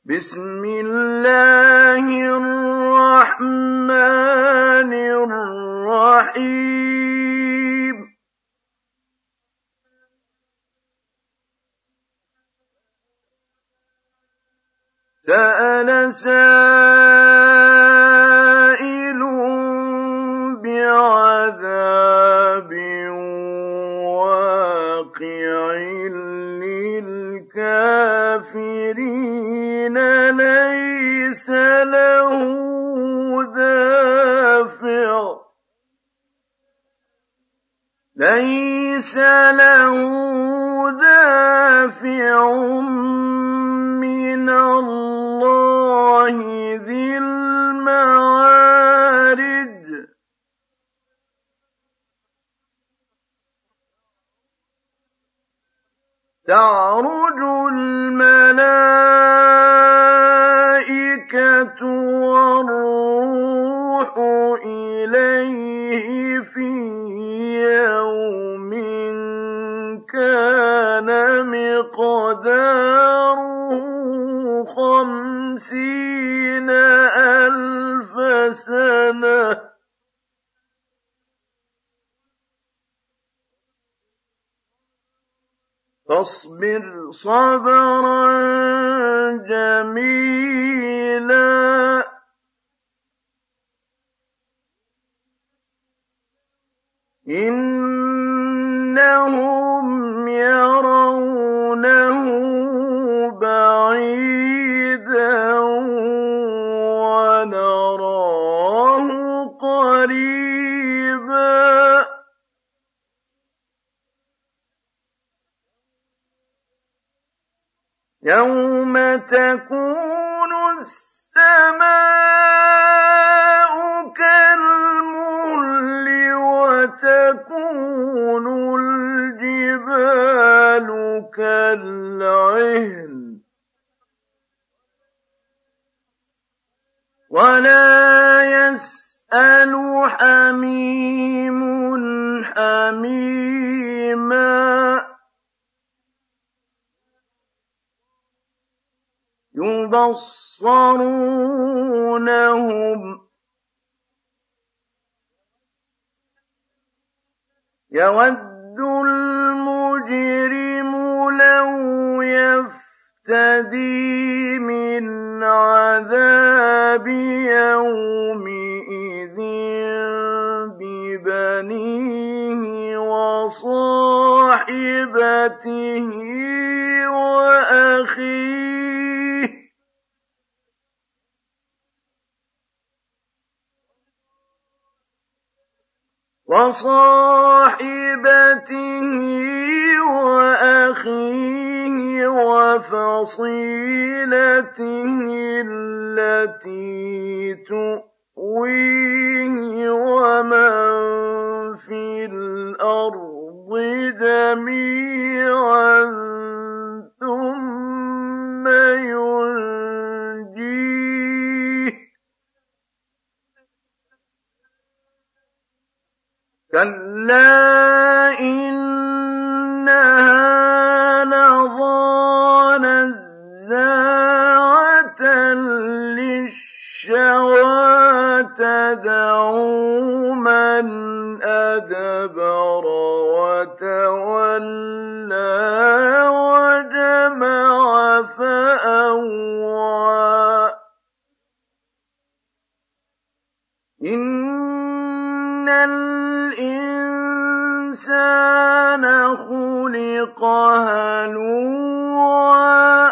بسم الله الرحمن الرحيم سأل سائل بعذاب واقع للكافرين ليس له دافع من الله ذي المعارج تعرج الملائكة والروح إليه في يوم كان مقداره 50,000 سنة فاصبر صبرا جميلا إنهم يرونه بعيدا ونراه قريبا يوم تكون السماء كالمهل وتكون الجبال كالعهن ولا يسأل حميم حميما يبصرونهم يود المجرم لو يفتدي من عذاب يومئذ ببنيه وصاحبته وأخيه وفصيلته التي تؤويه ومن في الأرض جميعا ثم ينجيه كلا إنها لظى نزاعة للشوى تدعو من أدبر وتولى وجمع فأوعى إن الإنسان خلق هلوعا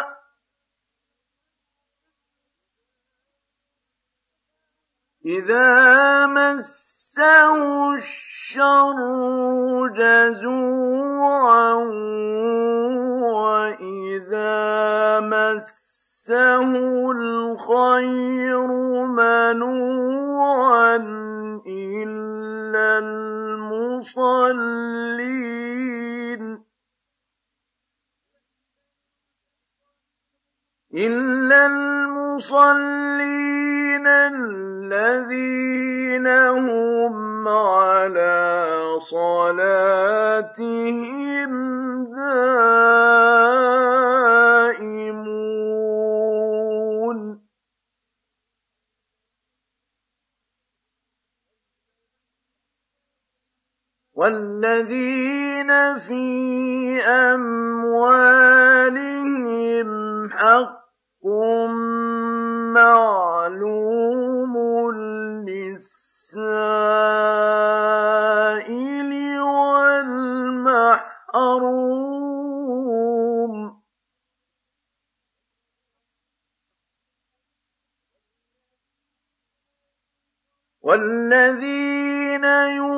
إذا مسه الشر جزوعا وإذا مسه الخير منوعا إلا المصلين الذين هم على صلاتهم دائمون وَالَّذِينَ فِي أَمْوَالِهِمْ حَقٌّ مَّعْلُومٌ لِّلسَّائِلِ وَالْمَحْرُومِ وَالَّذِينَ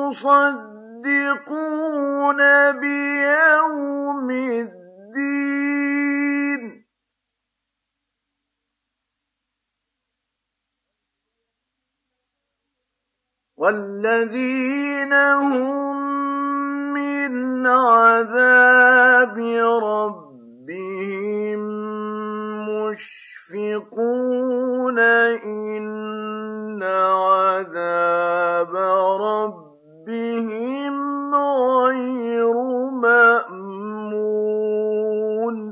يُصَدِّقُونَ بِيَوْمِ الدِّينِ وَالَّذِينَ هُم مِّنْ عَذَابِ رَبِّهِم مُّشْفِقُونَ إِنَّ عَذَابَ رَبِّهِمْ غَيْرُ مَأْمُونٍ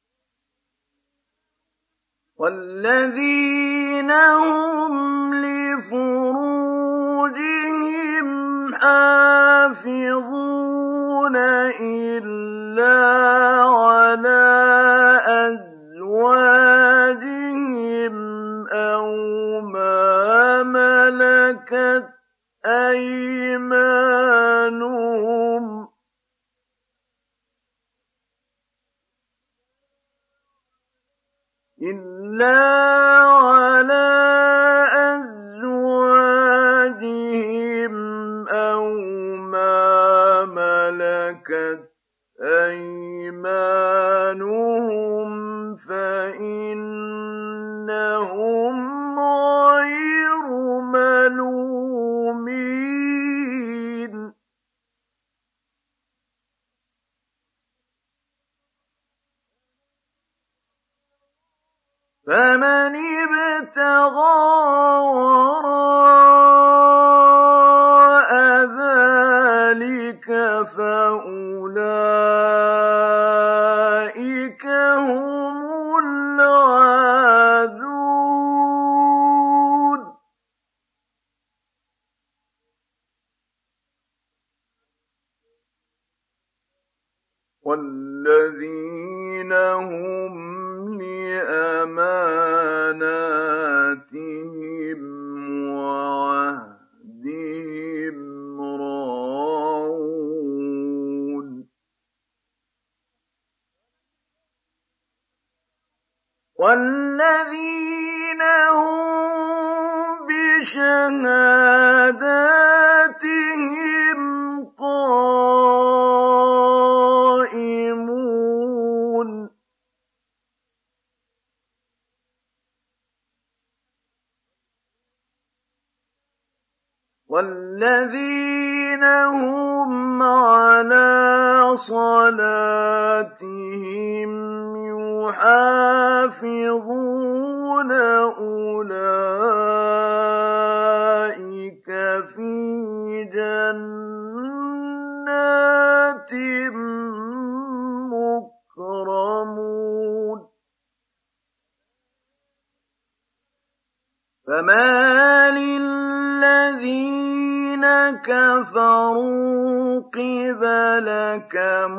وَالَّذِينَ هُمْ لِفُرُوجِهِمْ حَافِظُونَ إِلَّا عَلَىٰ أَزْوَاجِهِمْ أَوْ مَا مَلَكَتْ أَيْمَانُهُمْ إِلَّا عَلَىٰ أَزْوَاجِهِمْ أَوْ مَا مَلَكَتْ أَيْمَانُهُمْ فَإِنَّهُمْ غَيْرُ مَلُومِينَ فَمَنِ ابْتَغَىٰ وَرَاءَ ذَٰلِكَ فَأُولَٰئِكَ هُمُ الْعَادُونَ وَالَّذِينَ هُمْ لِأَمَانَاتِهِمْ وَعَهْدِهِمْ رَاعُونَ وَالَّذِينَ هُم بِشَهَادَاتِهِمْ قَائِمُونَ وَالَّذِينَ هُمْ عَلَىٰ صَلَاتِهِمْ يُحَافِظُونَ أُولَٰئِكَ فِي جَنَّاتٍ مُّكْرَمُونَ فَمَالِ الَّذِينَ كَفَرُوا قِبَلَكَ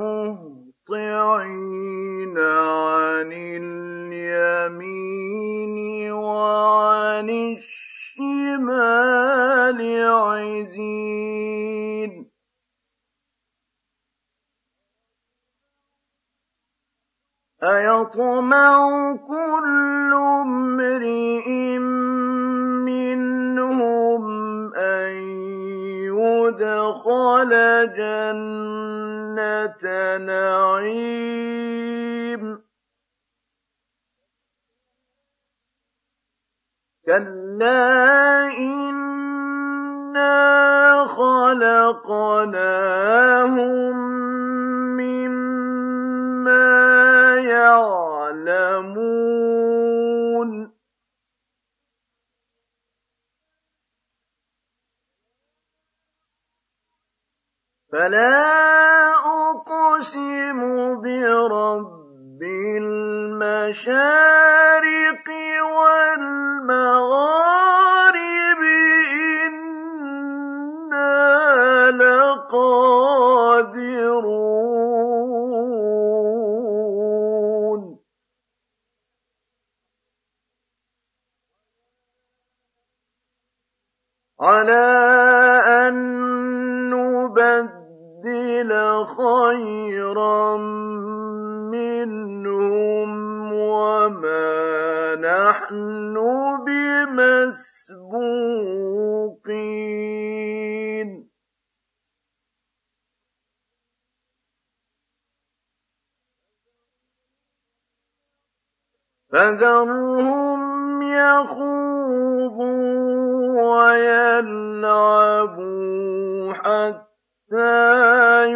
مُهْطِعِينَ عَنِ الْيَمِينِ وَعَنِ الشِّمَالِ عِزِينَ أَيَطْمَعُ كُلُّ امْرِئٍ مِّنْهُمْ أَن يُدْخَلَ جَنَّةَ نَعِيمٍ كَلَّا إِنَّا خَلَقْنَاهُم مِّمَّا يَعْلَمُونَ فَلَا أُقْسِمُ بِرَبِّ الْمَشَارِقِ وَالْمَغَارِبِ إِنَّا لَقَادِرُونَ على أن نبدل خيرا منهم وما نحن بمسبوقين فذرهم يخوضوا ويلعبوا حتى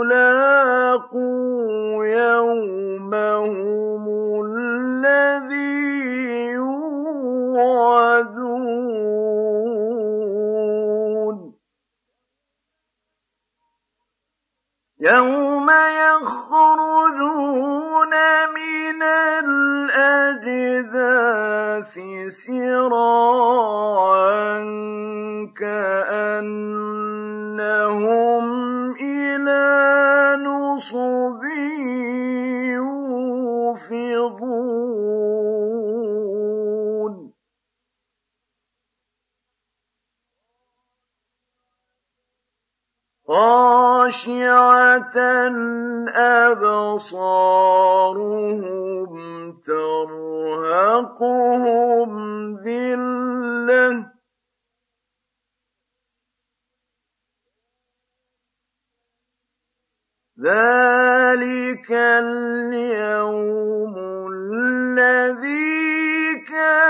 يلاقوا يومهم الذي يوعدون يوم يخرجون من الأجداث سراعا كأنهم إلى نصب يوفضون خاشعة أبصارهم ترهقهم ذلة ذلك اليوم الذي كانوا